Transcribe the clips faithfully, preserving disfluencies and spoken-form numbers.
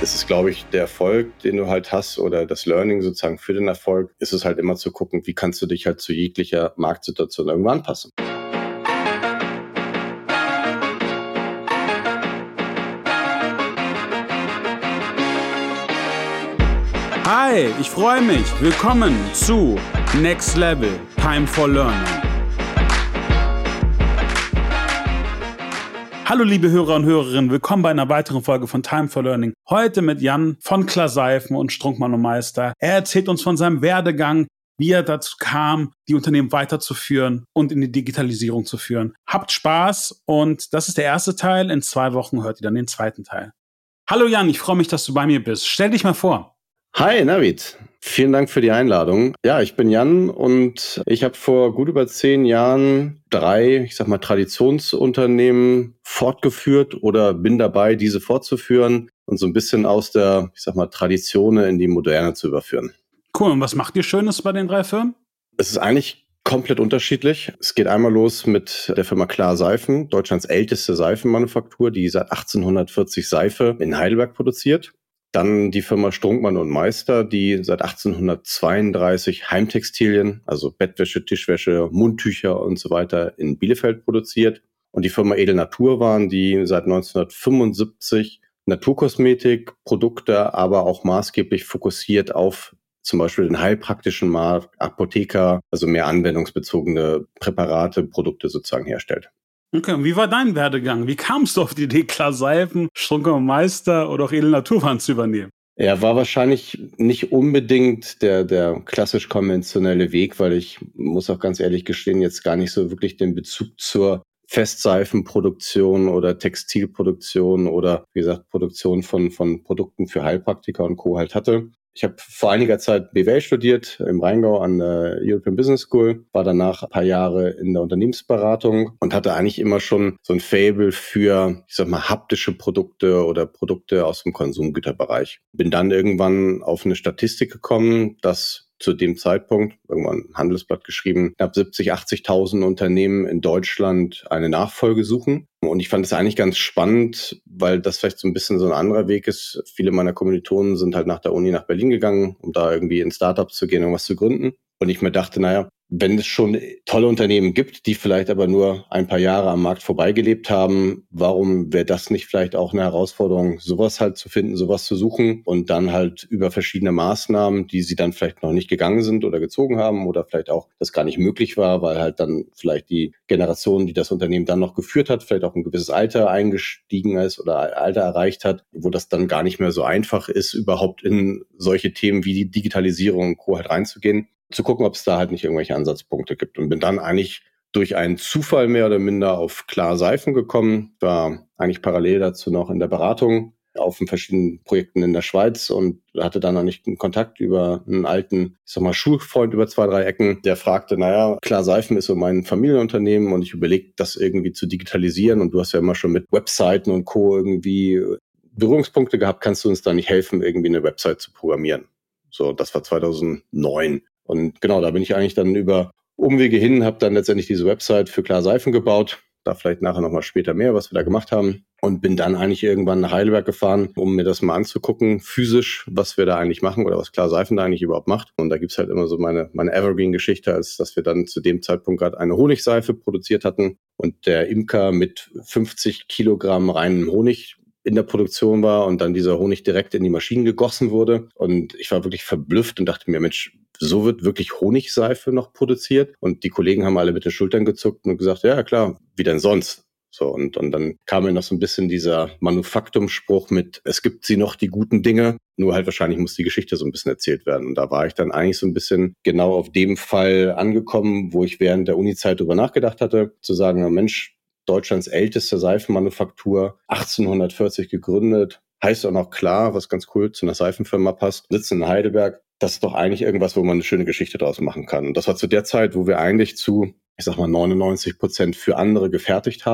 Es ist, glaube ich, der Erfolg, den du halt hast oder das Learning sozusagen für den Erfolg, ist es halt immer zu gucken, wie kannst du dich halt zu jeglicher Marktsituation irgendwann anpassen. Hi, ich freue mich. Willkommen zu Next Level, Time for Learning. Hallo liebe Hörer und Hörerinnen, willkommen bei einer weiteren Folge von Time for Learning. Heute mit Jan von Klar Seifen und Strunkmann und Meister. Er erzählt uns von seinem Werdegang, wie er dazu kam, die Unternehmen weiterzuführen und in die Digitalisierung zu führen. Habt Spaß und das ist der erste Teil. In zwei Wochen hört ihr dann den zweiten Teil. Hallo Jan, ich freue mich, dass du bei mir bist. Stell dich mal vor. Hi Navid, vielen Dank für die Einladung. Ja, ich bin Jan und ich habe vor gut über zehn Jahren drei, ich sag mal, Traditionsunternehmen fortgeführt oder bin dabei, diese fortzuführen und so ein bisschen aus der, ich sag mal, Tradition in die Moderne zu überführen. Cool, und was macht ihr Schönes bei den drei Firmen? Es ist eigentlich komplett unterschiedlich. Es geht einmal los mit der Firma Klar Seifen, Deutschlands älteste Seifenmanufaktur, die seit achtzehnhundertvierzig Seife in Heidelberg produziert. Dann die Firma Strunkmann und Meister, die seit achtzehnhundertzweiunddreißig Heimtextilien, also Bettwäsche, Tischwäsche, Mundtücher und so weiter in Bielefeld produziert. Und die Firma Edel Naturwaren, die seit neunzehnhundertfünfundsiebzig Naturkosmetik, Produkte, aber auch maßgeblich fokussiert auf zum Beispiel den heilpraktischen Markt, Apotheker, also mehr anwendungsbezogene Präparate, Produkte sozusagen herstellt. Okay, und wie war dein Werdegang? Wie kamst du auf die Idee, Klar Seifen, Strunkmann und Meister oder auch Edel Naturwaren zu übernehmen? Er war wahrscheinlich nicht unbedingt der, der klassisch konventionelle Weg, weil ich, muss auch ganz ehrlich gestehen, jetzt gar nicht so wirklich den Bezug zur Festseifenproduktion oder Textilproduktion oder, wie gesagt, Produktion von, von Produkten für Heilpraktiker und Co. halt hatte. Ich habe vor einiger Zeit B W L studiert im Rheingau an der European Business School, war danach ein paar Jahre in der Unternehmensberatung und hatte eigentlich immer schon so ein Faible für, ich sag mal, haptische Produkte oder Produkte aus dem Konsumgüterbereich. Bin dann irgendwann auf eine Statistik gekommen, dass zu dem Zeitpunkt, irgendwann ein Handelsblatt geschrieben, knapp siebzig, achtzigtausend Unternehmen in Deutschland eine Nachfolge suchen. Und ich fand es eigentlich ganz spannend, weil das vielleicht so ein bisschen so ein anderer Weg ist. Viele meiner Kommilitonen sind halt nach der Uni nach Berlin gegangen, um da irgendwie in Startups zu gehen und was zu gründen. Und ich mir dachte, naja, wenn es schon tolle Unternehmen gibt, die vielleicht aber nur ein paar Jahre am Markt vorbeigelebt haben, warum wäre das nicht vielleicht auch eine Herausforderung, sowas halt zu finden, sowas zu suchen und dann halt über verschiedene Maßnahmen, die sie dann vielleicht noch nicht gegangen sind oder gezogen haben oder vielleicht auch das gar nicht möglich war, weil halt dann vielleicht die Generation, die das Unternehmen dann noch geführt hat, vielleicht auch ein gewisses Alter eingestiegen ist oder Alter erreicht hat, wo das dann gar nicht mehr so einfach ist, überhaupt in solche Themen wie die Digitalisierung und Co. halt reinzugehen, zu gucken, ob es da halt nicht irgendwelche Ansatzpunkte gibt. Und bin dann eigentlich durch einen Zufall mehr oder minder auf Klar Seifen gekommen, war eigentlich parallel dazu noch in der Beratung auf verschiedenen Projekten in der Schweiz und hatte dann eigentlich einen Kontakt über einen alten, ich sag mal, Schulfreund über zwei, drei Ecken, der fragte, naja, Klar Seifen ist so mein Familienunternehmen und ich überlege, das irgendwie zu digitalisieren und du hast ja immer schon mit Webseiten und Co. irgendwie Berührungspunkte gehabt, kannst du uns da nicht helfen, irgendwie eine Website zu programmieren? So, das war zweitausendneun. Und genau, da bin ich eigentlich dann über Umwege hin, habe dann letztendlich diese Website für Klar Seifen gebaut. Da vielleicht nachher nochmal später mehr, was wir da gemacht haben. Und bin dann eigentlich irgendwann nach Heidelberg gefahren, um mir das mal anzugucken, physisch, was wir da eigentlich machen oder was Klar Seifen da eigentlich überhaupt macht. Und da gibt's halt immer so meine, meine Evergreen-Geschichte, als dass wir dann zu dem Zeitpunkt gerade eine Honigseife produziert hatten und der Imker mit fünfzig Kilogramm reinem Honig in der Produktion war und dann dieser Honig direkt in die Maschinen gegossen wurde. Und ich war wirklich verblüfft und dachte mir, Mensch, so wird wirklich Honigseife noch produziert. Und die Kollegen haben alle mit den Schultern gezuckt und gesagt, ja klar, wie denn sonst? So, und, und dann kam mir noch so ein bisschen dieser Manufaktumspruch mit, es gibt sie noch, die guten Dinge, nur halt wahrscheinlich muss die Geschichte so ein bisschen erzählt werden. Und da war ich dann eigentlich so ein bisschen genau auf dem Fall angekommen, wo ich während der Uni-Zeit drüber nachgedacht hatte, zu sagen, na Mensch, Deutschlands älteste Seifenmanufaktur, achtzehnhundertvierzig gegründet, heißt auch noch Klar, was ganz cool zu einer Seifenfirma passt, sitzt in Heidelberg. Das ist doch eigentlich irgendwas, wo man eine schöne Geschichte draus machen kann. Und das war zu der Zeit, wo wir eigentlich zu, ich sag mal, neunundneunzig Prozent für andere gefertigt haben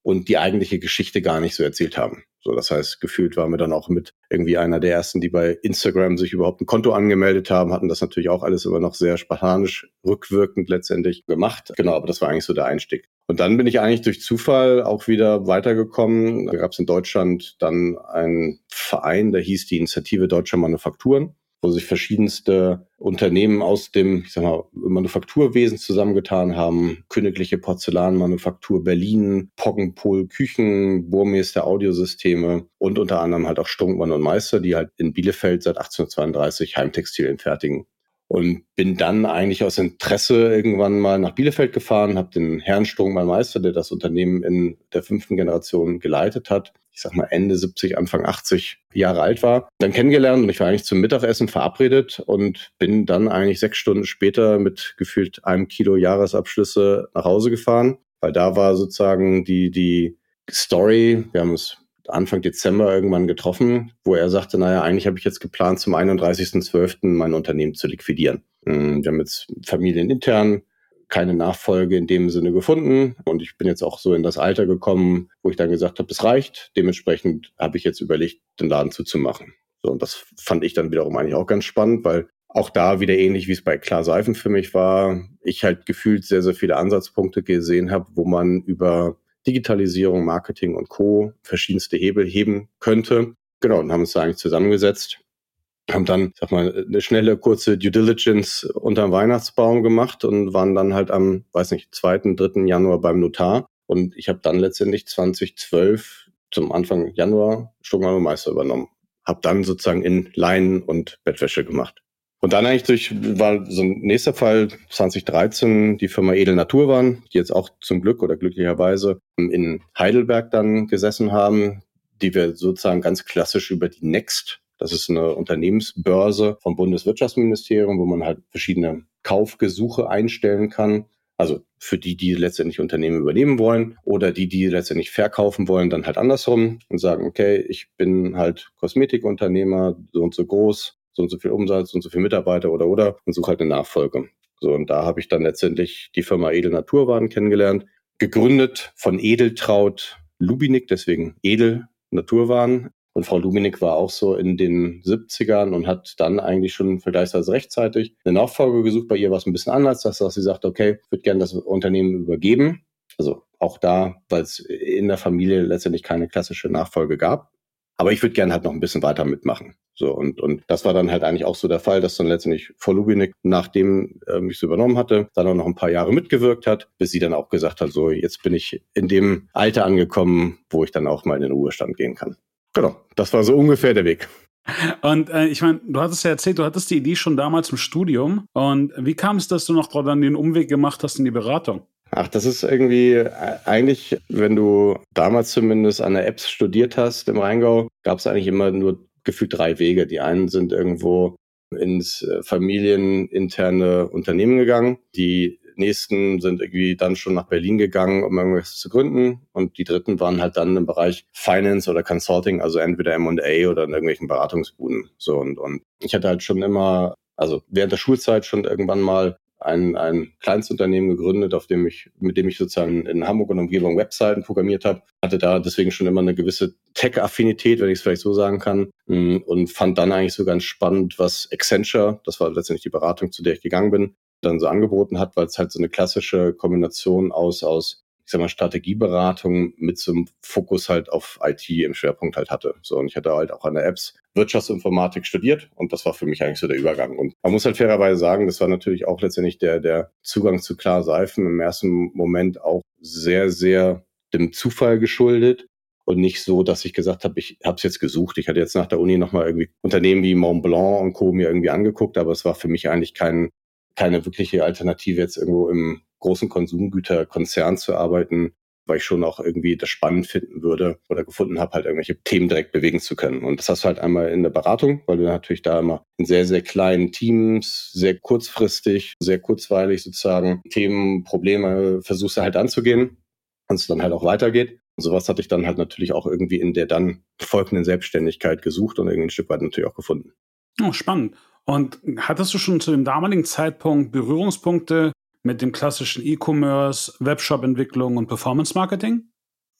und die eigentliche Geschichte gar nicht so erzählt haben. So, das heißt, gefühlt waren wir dann auch mit irgendwie einer der ersten, die bei Instagram sich überhaupt ein Konto angemeldet haben, hatten das natürlich auch alles immer noch sehr spartanisch rückwirkend letztendlich gemacht. Genau, aber das war eigentlich so der Einstieg. Und dann bin ich eigentlich durch Zufall auch wieder weitergekommen. Da gab es in Deutschland dann einen Verein, der hieß die Initiative Deutscher Manufakturen, wo sich verschiedenste Unternehmen aus dem, ich sag mal, Manufakturwesen zusammengetan haben. Königliche Porzellanmanufaktur Berlin, Poggenpol Küchen, Burmester Audiosysteme und unter anderem halt auch Strunkmann und Meister, die halt in Bielefeld seit achtzehnhundertzweiunddreißig Heimtextilien fertigen. Und bin dann eigentlich aus Interesse irgendwann mal nach Bielefeld gefahren, habe den Herrn Strunkmann-Meister, der das Unternehmen in der fünften Generation geleitet hat, ich sag mal Ende siebzig, Anfang achtzig Jahre alt war, dann kennengelernt und ich war eigentlich zum Mittagessen verabredet und bin dann eigentlich sechs Stunden später mit gefühlt einem Kilo Jahresabschlüsse nach Hause gefahren, weil da war sozusagen die, die Story, wir haben uns Anfang Dezember irgendwann getroffen, wo er sagte, naja, eigentlich habe ich jetzt geplant, zum einunddreißigsten zwölften mein Unternehmen zu liquidieren. Wir haben jetzt familienintern keine Nachfolge in dem Sinne gefunden und ich bin jetzt auch so in das Alter gekommen, wo ich dann gesagt habe, es reicht. Dementsprechend habe ich jetzt überlegt, den Laden zuzumachen. So, und das fand ich dann wiederum eigentlich auch ganz spannend, weil auch da wieder ähnlich, wie es bei Klar Seifen für mich war, ich halt gefühlt sehr, sehr viele Ansatzpunkte gesehen habe, wo man über Digitalisierung, Marketing und Co. verschiedenste Hebel heben könnte. Genau, und haben uns da eigentlich zusammengesetzt, haben dann, sag mal, eine schnelle, kurze Due Diligence unterm Weihnachtsbaum gemacht und waren dann halt am, weiß nicht, zweiten, dritten Januar beim Notar. Und ich habe dann letztendlich zweitausendzwölf zum Anfang Januar Strunkmann und Meister übernommen. Habe dann sozusagen in Leinen und Bettwäsche gemacht. Und dann eigentlich durch, war so ein nächster Fall, zweitausenddreizehn, die Firma Edel Naturwaren, die jetzt auch zum Glück oder glücklicherweise in Heidelberg dann gesessen haben, die wir sozusagen ganz klassisch über die Next, das ist eine Unternehmensbörse vom Bundeswirtschaftsministerium, wo man halt verschiedene Kaufgesuche einstellen kann. Also für die, die letztendlich Unternehmen übernehmen wollen oder die, die letztendlich verkaufen wollen, dann halt andersrum und sagen, okay, ich bin halt Kosmetikunternehmer, so und so groß, so und so viel Umsatz, so und so viel Mitarbeiter oder oder und suche halt eine Nachfolge. So, und da habe ich dann letztendlich die Firma Edel Naturwaren kennengelernt, gegründet von Edeltraud Lubinik, deswegen Edel Naturwaren. Und Frau Lubinik war auch so in den siebzigern und hat dann eigentlich schon vergleichsweise rechtzeitig eine Nachfolge gesucht. Bei ihr war es ein bisschen anders, dass sie sagt, okay, ich würde gerne das Unternehmen übergeben. Also auch da, weil es in der Familie letztendlich keine klassische Nachfolge gab. Aber ich würde gerne halt noch ein bisschen weiter mitmachen. So, und, und das war dann halt eigentlich auch so der Fall, dass dann letztendlich Frau Lubinik, nachdem ähm, ich es übernommen hatte, dann auch noch ein paar Jahre mitgewirkt hat, bis sie dann auch gesagt hat, so, jetzt bin ich in dem Alter angekommen, wo ich dann auch mal in den Ruhestand gehen kann. Genau, das war so ungefähr der Weg. Und äh, ich meine, du hattest ja erzählt, du hattest die Idee schon damals im Studium. Und wie kam es, dass du noch dann den Umweg gemacht hast in die Beratung? Ach, das ist irgendwie eigentlich, wenn du damals zumindest an der Apps studiert hast im Rheingau, gab es eigentlich immer nur gefühlt drei Wege. Die einen sind irgendwo ins familieninterne Unternehmen gegangen. Die nächsten sind irgendwie dann schon nach Berlin gegangen, um irgendwas zu gründen. Und die dritten waren halt dann im Bereich Finance oder Consulting, also entweder M und A oder in irgendwelchen Beratungsbuden. So, und, und ich hatte halt schon immer, also während der Schulzeit schon irgendwann mal ein, ein Kleinstunternehmen gegründet, auf dem ich, mit dem ich sozusagen in Hamburg und Umgebung Webseiten programmiert habe. Hatte da deswegen schon immer eine gewisse Tech-Affinität, wenn ich es vielleicht so sagen kann. Und fand dann eigentlich so ganz spannend, was Accenture, das war letztendlich die Beratung, zu der ich gegangen bin, dann so angeboten hat, weil es halt so eine klassische Kombination aus, aus, ich sag mal, Strategieberatung mit so einem Fokus halt auf I T im Schwerpunkt halt hatte. So, und ich hatte halt auch an der Apps Wirtschaftsinformatik studiert und das war für mich eigentlich so der Übergang. Und man muss halt fairerweise sagen, das war natürlich auch letztendlich der, der Zugang zu Klar Seifen im ersten Moment auch sehr, sehr dem Zufall geschuldet. Und nicht so, dass ich gesagt habe, ich habe es jetzt gesucht. Ich hatte jetzt nach der Uni nochmal irgendwie Unternehmen wie Montblanc und Co. mir irgendwie angeguckt, aber es war für mich eigentlich kein keine wirkliche Alternative, jetzt irgendwo im großen Konsumgüterkonzern zu arbeiten, weil ich schon auch irgendwie das spannend finden würde oder gefunden habe, halt irgendwelche Themen direkt bewegen zu können. Und das hast du halt einmal in der Beratung, weil du natürlich da immer in sehr, sehr kleinen Teams, sehr kurzfristig, sehr kurzweilig sozusagen Themen, Probleme versuchst du halt anzugehen und es dann halt auch weitergeht. Und sowas hatte ich dann halt natürlich auch irgendwie in der dann folgenden Selbstständigkeit gesucht und irgendwie ein Stück weit natürlich auch gefunden. Oh, spannend. Und hattest du schon zu dem damaligen Zeitpunkt Berührungspunkte mit dem klassischen E-Commerce, Webshop-Entwicklung und Performance-Marketing?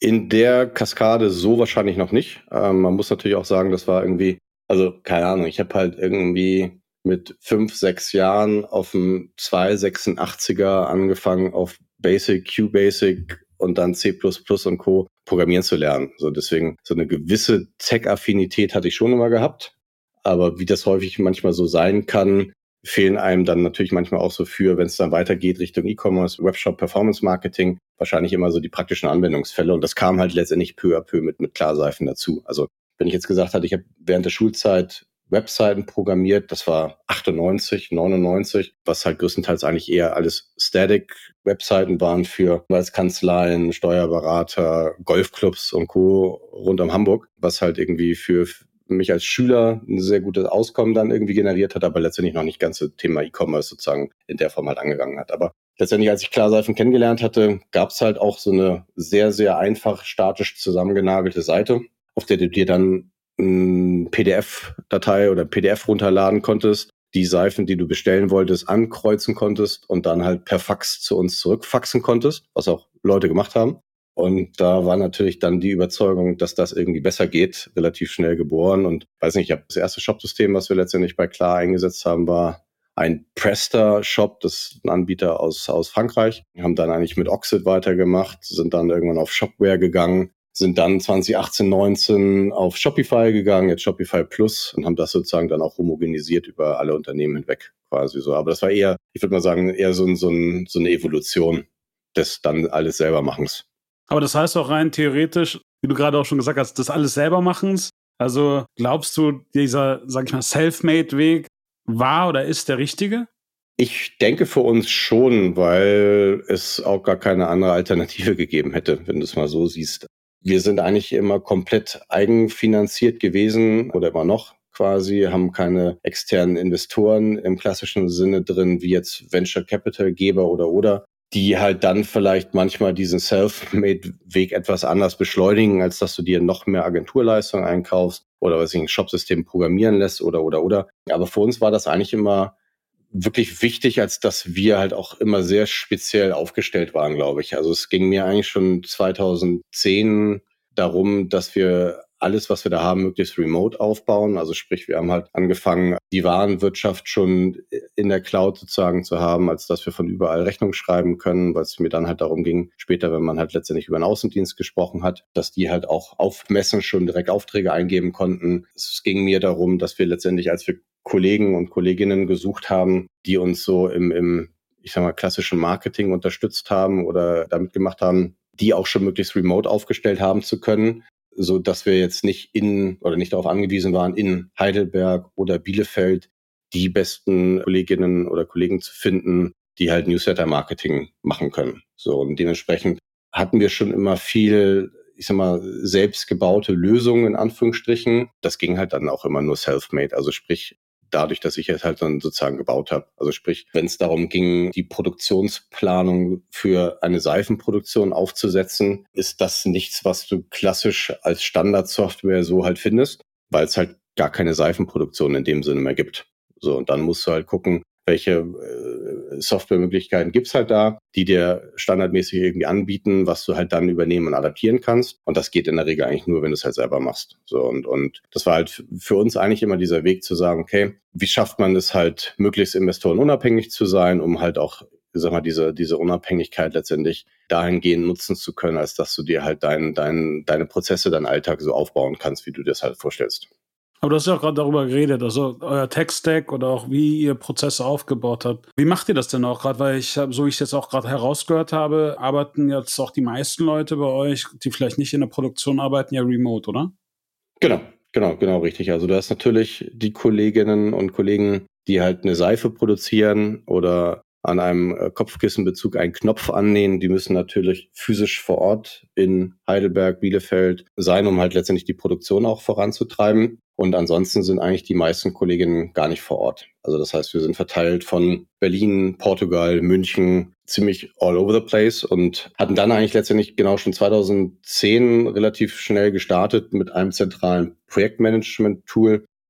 In der Kaskade so wahrscheinlich noch nicht. Ähm, man muss natürlich auch sagen, das war irgendwie, also keine Ahnung, ich habe halt irgendwie mit fünf, sechs Jahren auf dem zwei sechsundachtziger angefangen, auf Basic, QBasic und dann C plus plus und Co. programmieren zu lernen. So deswegen, so eine gewisse Tech-Affinität hatte ich schon immer gehabt. Aber wie das häufig manchmal so sein kann, fehlen einem dann natürlich manchmal auch so für, wenn es dann weitergeht Richtung E-Commerce, Webshop, Performance Marketing, wahrscheinlich immer so die praktischen Anwendungsfälle. Und das kam halt letztendlich peu à peu mit, mit Klarseifen dazu. Also wenn ich jetzt gesagt hatte, ich habe während der Schulzeit Webseiten programmiert, das war achtundneunzig, neunundneunzig, was halt größtenteils eigentlich eher alles Static-Webseiten waren für Kanzleien, Steuerberater, Golfclubs und Co. rund um Hamburg, was halt irgendwie für mich als Schüler ein sehr gutes Auskommen dann irgendwie generiert hat, aber letztendlich noch nicht ganz das Thema E-Commerce sozusagen in der Form halt angegangen hat. Aber letztendlich, als ich Klarseifen kennengelernt hatte, gab es halt auch so eine sehr, sehr einfach statisch zusammengenagelte Seite, auf der du dir dann eine P D F-Datei oder P D F runterladen konntest, die Seifen, die du bestellen wolltest, ankreuzen konntest und dann halt per Fax zu uns zurückfaxen konntest, was auch Leute gemacht haben. Und da war natürlich dann die Überzeugung, dass das irgendwie besser geht, relativ schnell geboren. Und weiß nicht, ich habe das erste Shop-System, was wir letztendlich bei Klar eingesetzt haben, war ein Presta-Shop, das ist ein Anbieter aus, aus Frankreich. Wir haben dann eigentlich mit Oxid weitergemacht, sind dann irgendwann auf Shopware gegangen, sind dann zwanzig achtzehn, neunzehn auf Shopify gegangen, jetzt Shopify Plus, und haben das sozusagen dann auch homogenisiert über alle Unternehmen hinweg quasi so. Aber das war eher, ich würde mal sagen, eher so, ein, so, ein, so eine Evolution des dann alles selber Machens. Aber das heißt auch rein theoretisch, wie du gerade auch schon gesagt hast, das alles selber Machens. Also glaubst du, dieser, sag ich mal, Selfmade-Weg war oder ist der richtige? Ich denke für uns schon, weil es auch gar keine andere Alternative gegeben hätte, wenn du es mal so siehst. Wir sind eigentlich immer komplett eigenfinanziert gewesen oder immer noch quasi, haben keine externen Investoren im klassischen Sinne drin, wie jetzt Venture Capital Geber oder oder, die halt dann vielleicht manchmal diesen Self-Made-Weg etwas anders beschleunigen, als dass du dir noch mehr Agenturleistung einkaufst oder was ich ein Shopsystem programmieren lässt oder oder oder. Aber für uns war das eigentlich immer wirklich wichtig, als dass wir halt auch immer sehr speziell aufgestellt waren, glaube ich. Also es ging mir eigentlich schon zweitausendzehn darum, dass wir alles, was wir da haben, möglichst remote aufbauen. Also sprich, wir haben halt angefangen, die Warenwirtschaft schon in der Cloud sozusagen zu haben, als dass wir von überall Rechnung schreiben können, weil es mir dann halt darum ging, später, wenn man halt letztendlich über einen Außendienst gesprochen hat, dass die halt auch auf Messen schon direkt Aufträge eingeben konnten. Es ging mir darum, dass wir letztendlich, als wir Kollegen und Kolleginnen gesucht haben, die uns so im, im, ich sag mal, klassischen Marketing unterstützt haben oder damit gemacht haben, die auch schon möglichst remote aufgestellt haben zu können, so dass wir jetzt nicht in oder nicht darauf angewiesen waren, in Heidelberg oder Bielefeld die besten Kolleginnen oder Kollegen zu finden, die halt Newsletter-Marketing machen können. So, und dementsprechend hatten wir schon immer viel, ich sag mal, selbstgebaute Lösungen in Anführungsstrichen. Das ging halt dann auch immer nur self-made. Also sprich, dadurch, dass ich es halt dann sozusagen gebaut habe. Also sprich, wenn es darum ging, die Produktionsplanung für eine Seifenproduktion aufzusetzen, ist das nichts, was du klassisch als Standardsoftware so halt findest, weil es halt gar keine Seifenproduktion in dem Sinne mehr gibt. So, und dann musst du halt gucken, welche äh, Softwaremöglichkeiten gibt's halt da, die dir standardmäßig irgendwie anbieten, was du halt dann übernehmen und adaptieren kannst. Und das geht in der Regel eigentlich nur, wenn du es halt selber machst. So, und, und das war halt für uns eigentlich immer dieser Weg zu sagen, okay, wie schafft man es halt, möglichst investorenunabhängig zu sein, um halt auch, sag mal, diese, diese Unabhängigkeit letztendlich dahingehend nutzen zu können, als dass du dir halt dein, dein, deine Prozesse, deinen Alltag so aufbauen kannst, wie du dir das halt vorstellst. Aber du hast ja auch gerade darüber geredet, also euer Tech-Stack oder auch wie ihr Prozesse aufgebaut habt. Wie macht ihr das denn auch gerade? Weil ich, so ich es jetzt auch gerade herausgehört habe, arbeiten jetzt auch die meisten Leute bei euch, die vielleicht nicht in der Produktion arbeiten, ja remote, oder? Genau, genau, genau, richtig. Also du hast natürlich die Kolleginnen und Kollegen, die halt eine Seife produzieren oder an einem Kopfkissenbezug einen Knopf annähen. Die müssen natürlich physisch vor Ort in Heidelberg, Bielefeld sein, um halt letztendlich die Produktion auch voranzutreiben. Und ansonsten sind eigentlich die meisten Kolleginnen gar nicht vor Ort. Also das heißt, wir sind verteilt von Berlin, Portugal, München, ziemlich all over the place und hatten dann eigentlich letztendlich genau schon zweitausendzehn relativ schnell gestartet mit einem zentralen Projektmanagement-Tool,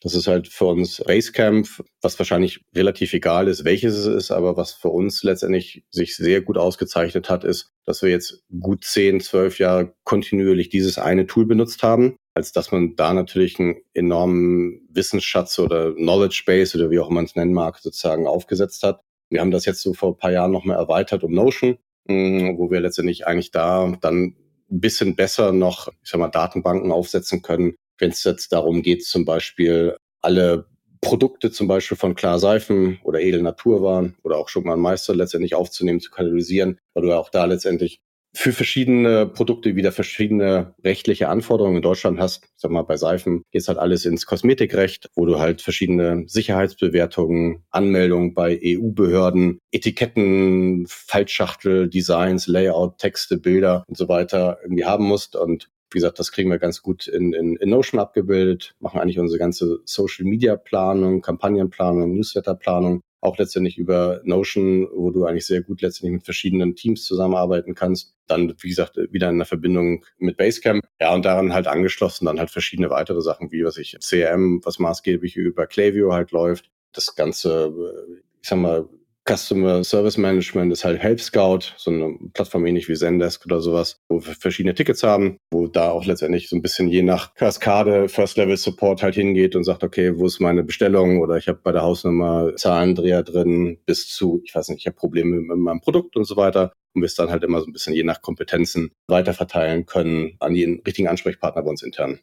Das ist halt für uns Basecamp, was wahrscheinlich relativ egal ist, welches es ist, aber was für uns letztendlich sich sehr gut ausgezeichnet hat, ist, dass wir jetzt gut zehn, zwölf Jahre kontinuierlich dieses eine Tool benutzt haben, als dass man da natürlich einen enormen Wissensschatz oder Knowledge Base oder wie auch man es nennen mag, sozusagen aufgesetzt hat. Wir haben das jetzt so vor ein paar Jahren nochmal erweitert um Notion, wo wir letztendlich eigentlich da dann ein bisschen besser noch, ich sag mal, Datenbanken aufsetzen können, wenn es jetzt darum geht, zum Beispiel alle Produkte zum Beispiel von Klar Seifen oder Edel Naturwaren oder auch Schuckmann Meister letztendlich aufzunehmen, zu katalogisieren, weil du ja auch da letztendlich für verschiedene Produkte wieder verschiedene rechtliche Anforderungen in Deutschland hast. Ich sag mal, bei Seifen geht halt alles ins Kosmetikrecht, wo du halt verschiedene Sicherheitsbewertungen, Anmeldungen bei E U-Behörden, Etiketten, Faltschachtel, Designs, Layout, Texte, Bilder und so weiter irgendwie haben musst. Und wie gesagt, das kriegen wir ganz gut in, in, in Notion abgebildet, machen eigentlich unsere ganze Social-Media-Planung, Kampagnenplanung, Newsletter-Planung, auch letztendlich über Notion, wo du eigentlich sehr gut letztendlich mit verschiedenen Teams zusammenarbeiten kannst. Dann, wie gesagt, wieder in der Verbindung mit Basecamp. Ja, und daran halt angeschlossen dann halt verschiedene weitere Sachen, wie was ich C R M, was maßgeblich über Klaviyo halt läuft. Das ganze, ich sag mal, Customer Service Management ist halt Help Scout, so eine Plattform ähnlich wie Zendesk oder sowas, wo wir verschiedene Tickets haben, wo da auch letztendlich so ein bisschen je nach Kaskade First Level Support halt hingeht und sagt, okay, wo ist meine Bestellung oder ich habe bei der Hausnummer Zahlendreher drin bis zu, ich weiß nicht, ich habe Probleme mit meinem Produkt und so weiter. Und wir es dann halt immer so ein bisschen je nach Kompetenzen weiterverteilen können an die richtigen Ansprechpartner bei uns intern.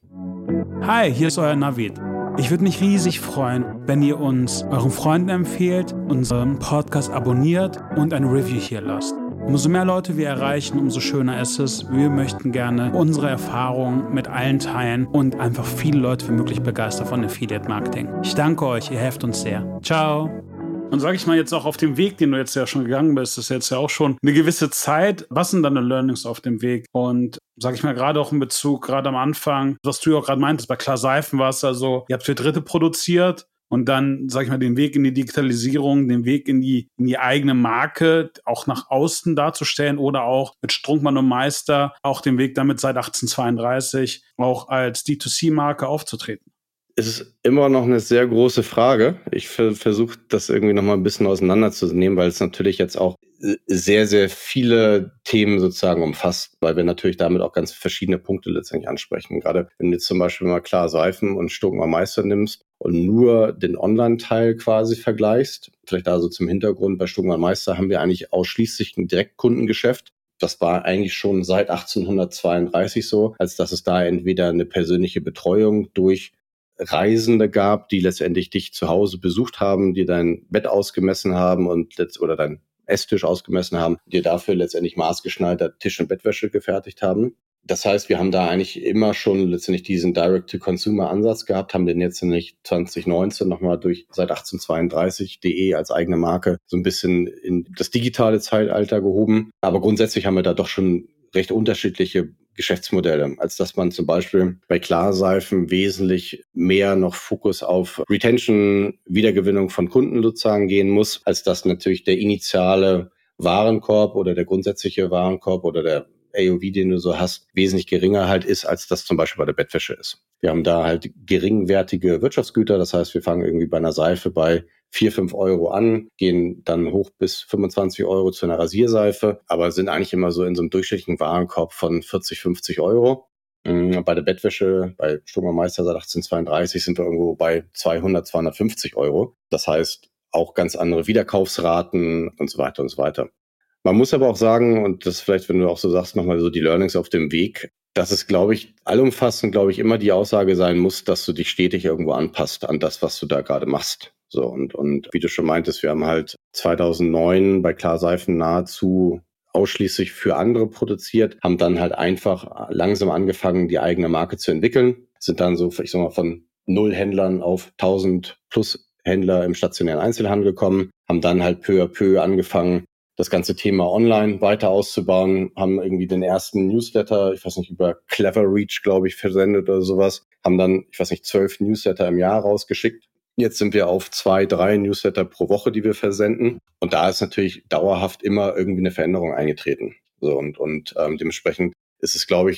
Hi, hier ist euer Navid. Ich würde mich riesig freuen, wenn ihr uns euren Freunden empfehlt, unseren Podcast abonniert und ein Review hier lasst. Umso mehr Leute wir erreichen, umso schöner ist es. Wir möchten gerne unsere Erfahrungen mit allen teilen und einfach viele Leute wie möglich begeistern von Affiliate Marketing. Ich danke euch, ihr helft uns sehr. Ciao! Und sage ich mal jetzt auch auf dem Weg, den du jetzt ja schon gegangen bist, ist jetzt ja auch schon eine gewisse Zeit. Was sind deine Learnings auf dem Weg? Und sage ich mal gerade auch in Bezug, gerade am Anfang, was du ja auch gerade meintest, bei Klar Seifen war es also, ihr habt für Dritte produziert und dann, sage ich mal, den Weg in die Digitalisierung, den Weg in die, in die eigene Marke auch nach außen darzustellen oder auch mit Strunkmann und Meister auch den Weg damit seit achtzehnhundertzweiunddreißig auch als D zwei C-Marke aufzutreten. Es ist immer noch eine sehr große Frage. Ich versuche das irgendwie noch mal ein bisschen auseinanderzunehmen, weil es natürlich jetzt auch sehr, sehr viele Themen sozusagen umfasst, weil wir natürlich damit auch ganz verschiedene Punkte letztendlich ansprechen. Gerade wenn du jetzt zum Beispiel mal Klar Seifen und Schuckmann Meister nimmst und nur den Online-Teil quasi vergleichst, vielleicht also zum Hintergrund, bei Schuckmann Meister haben wir eigentlich ausschließlich ein Direktkundengeschäft. Das war eigentlich schon seit achtzehnhundertzweiunddreißig so, als dass es da entweder eine persönliche Betreuung durch Reisende gab, die letztendlich dich zu Hause besucht haben, dir dein Bett ausgemessen haben und oder dein Esstisch ausgemessen haben, dir dafür letztendlich maßgeschneidert Tisch- und Bettwäsche gefertigt haben. Das heißt, wir haben da eigentlich immer schon letztendlich diesen Direct-to-Consumer-Ansatz gehabt, haben den jetzt nicht zwanzig neunzehn nochmal durch seit achtzehnhundertzweiunddreißig punkt de als eigene Marke so ein bisschen in das digitale Zeitalter gehoben. Aber grundsätzlich haben wir da doch schon recht unterschiedliche Geschäftsmodelle, als dass man zum Beispiel bei Klar Seifen wesentlich mehr noch Fokus auf Retention, Wiedergewinnung von Kunden sozusagen gehen muss, als dass natürlich der initiale Warenkorb oder der grundsätzliche Warenkorb oder der A O V, den du so hast, wesentlich geringer halt ist, als das zum Beispiel bei der Bettwäsche ist. Wir haben da halt geringwertige Wirtschaftsgüter, das heißt, wir fangen irgendwie bei einer Seife bei vier, fünf Euro an, gehen dann hoch bis fünfundzwanzig Euro zu einer Rasierseife, aber sind eigentlich immer so in so einem durchschnittlichen Warenkorb von vierzig, fünfzig Euro. Bei der Bettwäsche, bei Schuckmann Meister seit achtzehnhundertzweiunddreißig sind wir irgendwo bei zweihundert, zweihundertfünfzig Euro. Das heißt, auch ganz andere Wiederkaufsraten und so weiter und so weiter. Man muss aber auch sagen, und das vielleicht, wenn du auch so sagst, nochmal so die Learnings auf dem Weg, dass es, glaube ich, allumfassend, glaube ich, immer die Aussage sein muss, dass du dich stetig irgendwo anpasst an das, was du da gerade machst. So, und, und wie du schon meintest, wir haben halt zweitausendneun bei Klar Seifen nahezu ausschließlich für andere produziert, haben dann halt einfach langsam angefangen, die eigene Marke zu entwickeln, sind dann so, ich sag mal, von null Händlern auf tausend plus Händler im stationären Einzelhandel gekommen, haben dann halt peu à peu angefangen, das ganze Thema online weiter auszubauen, haben irgendwie den ersten Newsletter, ich weiß nicht, über Cleverreach, glaube ich, versendet oder sowas, haben dann, ich weiß nicht, zwölf Newsletter im Jahr rausgeschickt. Jetzt sind wir auf zwei, drei Newsletter pro Woche, die wir versenden. Und da ist natürlich dauerhaft immer irgendwie eine Veränderung eingetreten. So, und und ähm, dementsprechend ist es, glaube ich,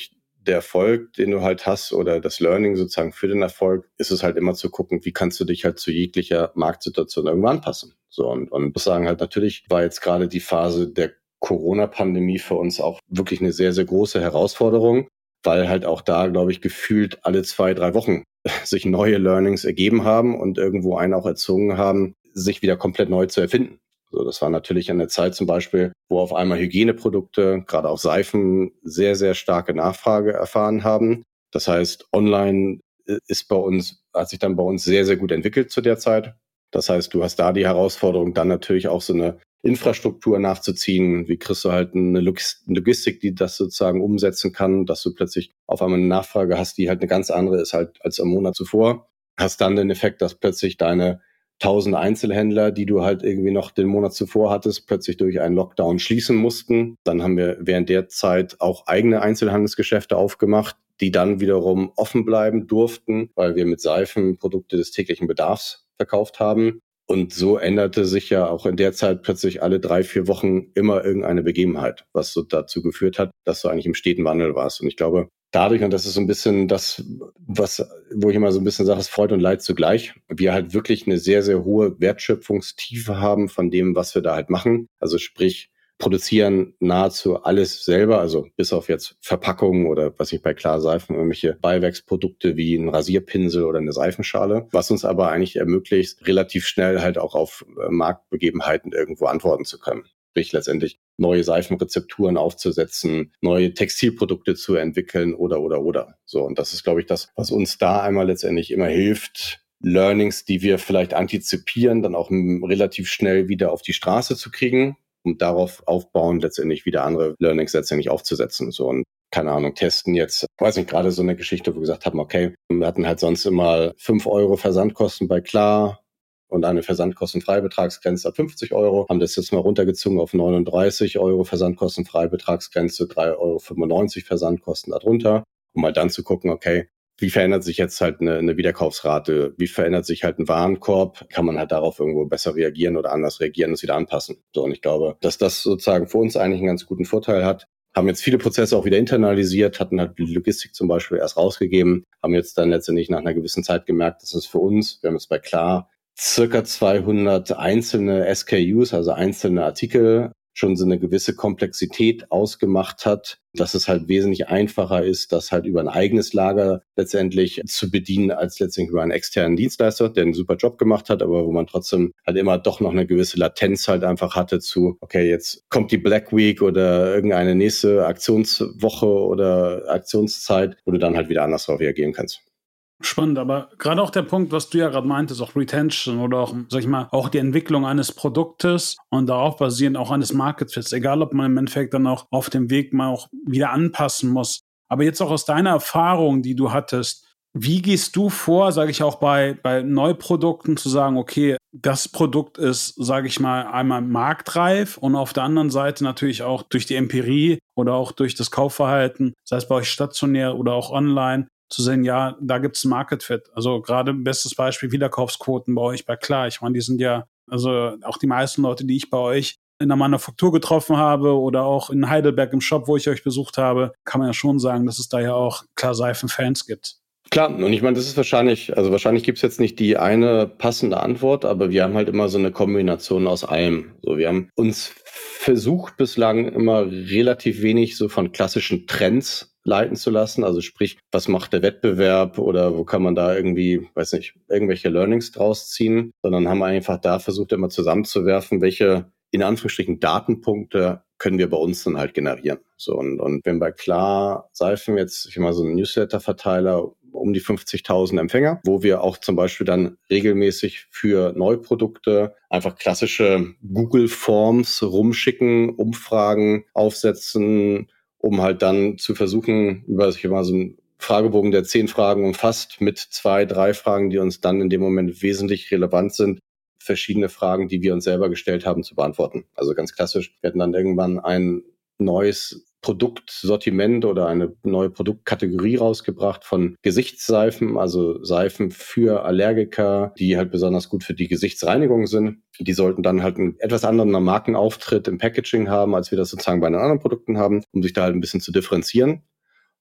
der Erfolg, den du halt hast oder das Learning sozusagen für den Erfolg, ist es halt immer zu gucken, wie kannst du dich halt zu jeglicher Marktsituation irgendwo anpassen. So und, und ich muss sagen halt, natürlich war jetzt gerade die Phase der Corona-Pandemie für uns auch wirklich eine sehr, sehr große Herausforderung, weil halt auch da, glaube ich, gefühlt alle zwei, drei Wochen sich neue Learnings ergeben haben und irgendwo einen auch erzwungen haben, sich wieder komplett neu zu erfinden. So, das war natürlich eine Zeit zum Beispiel, wo auf einmal Hygieneprodukte, gerade auch Seifen, sehr, sehr starke Nachfrage erfahren haben. Das heißt, online ist bei uns, hat sich dann bei uns sehr, sehr gut entwickelt zu der Zeit. Das heißt, du hast da die Herausforderung, dann natürlich auch so eine Infrastruktur nachzuziehen. Wie kriegst du halt eine Logistik, die das sozusagen umsetzen kann, dass du plötzlich auf einmal eine Nachfrage hast, die halt eine ganz andere ist halt als am Monat zuvor. Hast dann den Effekt, dass plötzlich deine tausend Einzelhändler, die du halt irgendwie noch den Monat zuvor hattest, plötzlich durch einen Lockdown schließen mussten. Dann haben wir während der Zeit auch eigene Einzelhandelsgeschäfte aufgemacht, die dann wiederum offen bleiben durften, weil wir mit Seifen Produkte des täglichen Bedarfs verkauft haben. Und so änderte sich ja auch in der Zeit plötzlich alle drei, vier Wochen immer irgendeine Begebenheit, was so dazu geführt hat, dass du eigentlich im steten Wandel warst. Und ich glaube, dadurch, und das ist so ein bisschen das, was, wo ich immer so ein bisschen sage, ist Freude und Leid zugleich, wir halt wirklich eine sehr, sehr hohe Wertschöpfungstiefe haben von dem, was wir da halt machen. Also sprich, produzieren nahezu alles selber, also bis auf jetzt Verpackungen oder was ich bei Klarseifen, irgendwelche Beiwerksprodukte wie ein Rasierpinsel oder eine Seifenschale, was uns aber eigentlich ermöglicht, relativ schnell halt auch auf Marktbegebenheiten irgendwo antworten zu können. Sprich letztendlich neue Seifenrezepturen aufzusetzen, neue Textilprodukte zu entwickeln oder, oder, oder. So, und das ist, glaube ich, das, was uns da einmal letztendlich immer hilft, Learnings, die wir vielleicht antizipieren, dann auch relativ schnell wieder auf die Straße zu kriegen, um darauf aufbauen, letztendlich wieder andere Learnings letztendlich aufzusetzen. So und keine Ahnung, testen jetzt, weiß nicht, gerade so eine Geschichte, wo wir gesagt haben, okay, wir hatten halt sonst immer fünf Euro Versandkosten bei Klar und eine Versandkostenfreibetragsgrenze ab fünfzig Euro, haben das jetzt mal runtergezogen auf neununddreißig Euro Versandkostenfreibetragsgrenze, drei Euro fünfundneunzig Versandkosten darunter, um mal dann zu gucken, okay, wie verändert sich jetzt halt eine, eine Wiederkaufsrate? Wie verändert sich halt ein Warenkorb? Kann man halt darauf irgendwo besser reagieren oder anders reagieren und es wieder anpassen? So, und ich glaube, dass das sozusagen für uns eigentlich einen ganz guten Vorteil hat. Haben jetzt viele Prozesse auch wieder internalisiert, hatten halt die Logistik zum Beispiel erst rausgegeben, haben jetzt dann letztendlich nach einer gewissen Zeit gemerkt, dass es für uns, wir haben jetzt bei Klar circa zweihundert einzelne S K Us, also einzelne Artikel, schon so eine gewisse Komplexität ausgemacht hat, dass es halt wesentlich einfacher ist, das halt über ein eigenes Lager letztendlich zu bedienen, als letztendlich über einen externen Dienstleister, der einen super Job gemacht hat, aber wo man trotzdem halt immer doch noch eine gewisse Latenz halt einfach hatte zu, okay, jetzt kommt die Black Week oder irgendeine nächste Aktionswoche oder Aktionszeit, wo du dann halt wieder anders darauf reagieren kannst. Spannend, aber gerade auch der Punkt, was du ja gerade meintest, auch Retention oder auch, sag ich mal, auch die Entwicklung eines Produktes und darauf basierend auch eines Market Fits, egal ob man im Endeffekt dann auch auf dem Weg mal auch wieder anpassen muss. Aber jetzt auch aus deiner Erfahrung, die du hattest, wie gehst du vor, sage ich auch bei, bei Neuprodukten, zu sagen, okay, das Produkt ist, sage ich mal, einmal marktreif und auf der anderen Seite natürlich auch durch die Empirie oder auch durch das Kaufverhalten, sei es bei euch stationär oder auch online, zu sehen, ja, da gibt es Market Fit. Also gerade bestes Beispiel Wiederkaufsquoten bei euch bei Klar. Ich meine, die sind ja, also auch die meisten Leute, die ich bei euch in der Manufaktur getroffen habe oder auch in Heidelberg im Shop, wo ich euch besucht habe, kann man ja schon sagen, dass es da ja auch Klar Seifen-Fans gibt. Klar, und ich meine, das ist wahrscheinlich, also wahrscheinlich gibt es jetzt nicht die eine passende Antwort, aber wir haben halt immer so eine Kombination aus allem. So, wir haben uns versucht bislang immer relativ wenig so von klassischen Trends leiten zu lassen. Also sprich, was macht der Wettbewerb oder wo kann man da irgendwie, weiß nicht, irgendwelche Learnings draus ziehen, sondern haben einfach da versucht, immer zusammenzuwerfen, welche in Anführungsstrichen Datenpunkte können wir bei uns dann halt generieren. So, und, und wenn bei Klar Seifen jetzt, ich mal so einen Newsletter-Verteiler um die fünfzigtausend Empfänger, wo wir auch zum Beispiel dann regelmäßig für Neuprodukte einfach klassische Google-Forms rumschicken, Umfragen aufsetzen, um halt dann zu versuchen, über ich mal so einen Fragebogen, der zehn Fragen umfasst, mit zwei, drei Fragen, die uns dann in dem Moment wesentlich relevant sind, verschiedene Fragen, die wir uns selber gestellt haben, zu beantworten. Also ganz klassisch, wir hatten dann irgendwann ein neues Produktsortiment oder eine neue Produktkategorie rausgebracht von Gesichtsseifen, also Seifen für Allergiker, die halt besonders gut für die Gesichtsreinigung sind. Die sollten dann halt einen etwas anderen Markenauftritt im Packaging haben, als wir das sozusagen bei den anderen Produkten haben, um sich da halt ein bisschen zu differenzieren.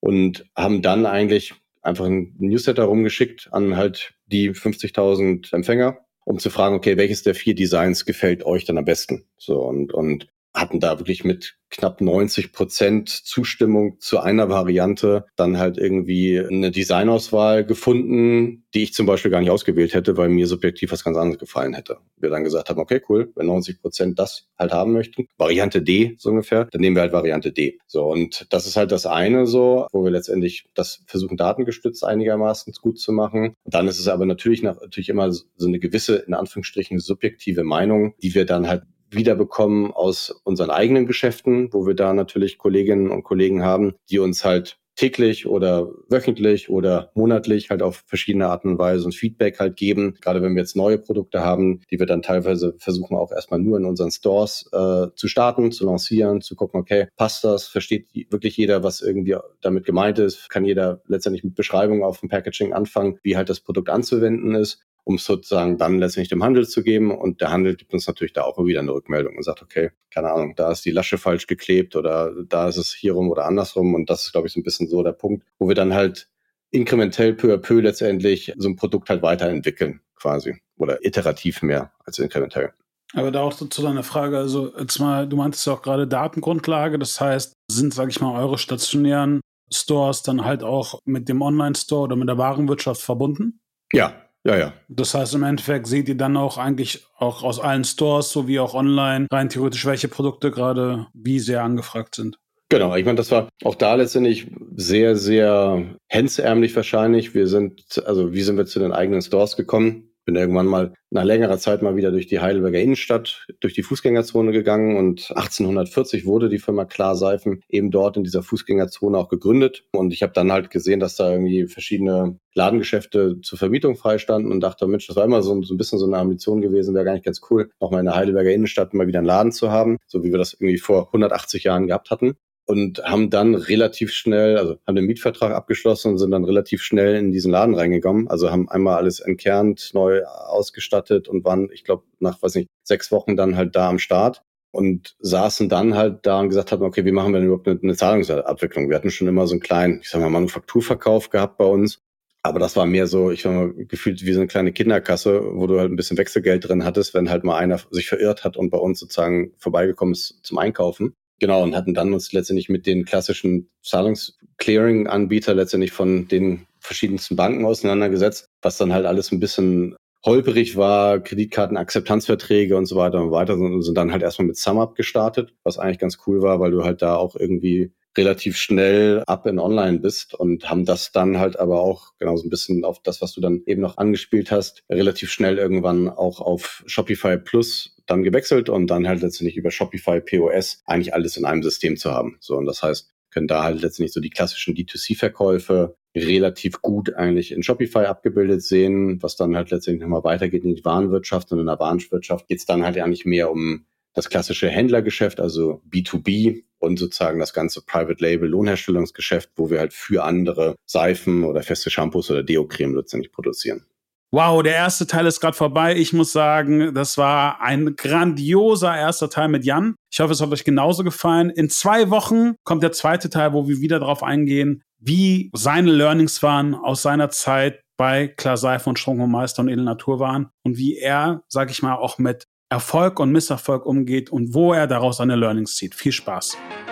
und haben dann eigentlich einfach ein Newsletter rumgeschickt an halt die fünfzigtausend Empfänger, um zu fragen, okay, welches der vier Designs gefällt euch dann am besten? So, und, und hatten da wirklich mit knapp neunzig Prozent Zustimmung zu einer Variante dann halt irgendwie eine Designauswahl gefunden, die ich zum Beispiel gar nicht ausgewählt hätte, weil mir subjektiv was ganz anderes gefallen hätte. Wir dann gesagt haben, okay, cool, wenn neunzig Prozent das halt haben möchten, Variante D so ungefähr, dann nehmen wir halt Variante D. So, und das ist halt das eine so, wo wir letztendlich das versuchen, datengestützt einigermaßen gut zu machen. Und dann ist es aber natürlich, nach, natürlich immer so eine gewisse, in Anführungsstrichen, subjektive Meinung, die wir dann halt wiederbekommen aus unseren eigenen Geschäften, wo wir da natürlich Kolleginnen und Kollegen haben, die uns halt täglich oder wöchentlich oder monatlich halt auf verschiedene Arten und Weise und Feedback halt geben. Gerade wenn wir jetzt neue Produkte haben, die wir dann teilweise versuchen auch erstmal nur in unseren Stores äh, zu starten, zu lancieren, zu gucken, okay, passt das? Versteht wirklich jeder, was irgendwie damit gemeint ist? Kann jeder letztendlich mit Beschreibungen auf dem Packaging anfangen, wie halt das Produkt anzuwenden ist, um es sozusagen dann letztendlich dem Handel zu geben. Und der Handel gibt uns natürlich da auch wieder eine Rückmeldung und sagt, okay, keine Ahnung, da ist die Lasche falsch geklebt oder da ist es hierum oder andersrum. Und das ist, glaube ich, so ein bisschen so der Punkt, wo wir dann halt inkrementell peu à peu letztendlich so ein Produkt halt weiterentwickeln quasi oder iterativ mehr als inkrementell. Aber da auch zu deiner Frage, also jetzt mal, du meintest ja auch gerade Datengrundlage, das heißt, sind, sage ich mal, eure stationären Stores dann halt auch mit dem Online-Store oder mit der Warenwirtschaft verbunden? Ja. Ja, ja. Das heißt, im Endeffekt seht ihr dann auch eigentlich auch aus allen Stores sowie auch online rein theoretisch, welche Produkte gerade wie sehr angefragt sind. Genau, ich meine, das war auch da letztendlich sehr, sehr hemdsärmlich wahrscheinlich. Wir sind, also wie sind wir zu den eigenen Stores gekommen? Bin irgendwann mal nach längerer Zeit mal wieder durch die Heidelberger Innenstadt, durch die Fußgängerzone gegangen und achtzehnhundertvierzig wurde die Firma Klar Seifen eben dort in dieser Fußgängerzone auch gegründet. Und ich habe dann halt gesehen, dass da irgendwie verschiedene Ladengeschäfte zur Vermietung freistanden und dachte, Mensch, das war immer so, so ein bisschen so eine Ambition gewesen, wäre gar nicht ganz cool, nochmal in der Heidelberger Innenstadt mal wieder einen Laden zu haben, so wie wir das irgendwie vor hundertachtzig Jahren gehabt hatten. Und haben dann relativ schnell, also haben den Mietvertrag abgeschlossen und sind dann relativ schnell in diesen Laden reingekommen. Also haben einmal alles entkernt, neu ausgestattet und waren, ich glaube, nach, weiß nicht, sechs Wochen dann halt da am Start und saßen dann halt da und gesagt haben, okay, wie machen wir denn überhaupt eine, eine Zahlungsabwicklung? Wir hatten schon immer so einen kleinen, ich sag mal, Manufakturverkauf gehabt bei uns. Aber das war mehr so, ich sag mal, gefühlt wie so eine kleine Kinderkasse, wo du halt ein bisschen Wechselgeld drin hattest, wenn halt mal einer sich verirrt hat und bei uns sozusagen vorbeigekommen ist zum Einkaufen. Genau, und hatten dann uns letztendlich mit den klassischen Zahlungsclearing-Anbieter letztendlich von den verschiedensten Banken auseinandergesetzt, was dann halt alles ein bisschen holperig war, Kreditkartenakzeptanzverträge und so weiter und weiter, und sind dann halt erstmal mit SumUp gestartet, was eigentlich ganz cool war, weil du halt da auch irgendwie relativ schnell up in online bist und haben das dann halt aber auch genau so ein bisschen auf das, was du dann eben noch angespielt hast, relativ schnell irgendwann auch auf Shopify Plus dann gewechselt und dann halt letztendlich über Shopify P O S eigentlich alles in einem System zu haben. So, und das heißt, können da halt letztendlich so die klassischen D zwei C-Verkäufe relativ gut eigentlich in Shopify abgebildet sehen, was dann halt letztendlich nochmal weitergeht in die Warenwirtschaft, und in der Warenwirtschaft geht es dann halt eigentlich mehr um das klassische Händlergeschäft, also B zwei B und sozusagen das ganze Private Label Lohnherstellungsgeschäft, wo wir halt für andere Seifen oder feste Shampoos oder Deo-Creme letztendlich produzieren. Wow, der erste Teil ist gerade vorbei. Ich muss sagen, das war ein grandioser erster Teil mit Jan. Ich hoffe, es hat euch genauso gefallen. In zwei Wochen kommt der zweite Teil, wo wir wieder darauf eingehen, wie seine Learnings waren aus seiner Zeit bei Klar Seifen und Strunk und Meister und Edel Naturwaren und wie er, sag ich mal, auch mit Erfolg und Misserfolg umgeht und wo er daraus seine Learnings zieht. Viel Spaß.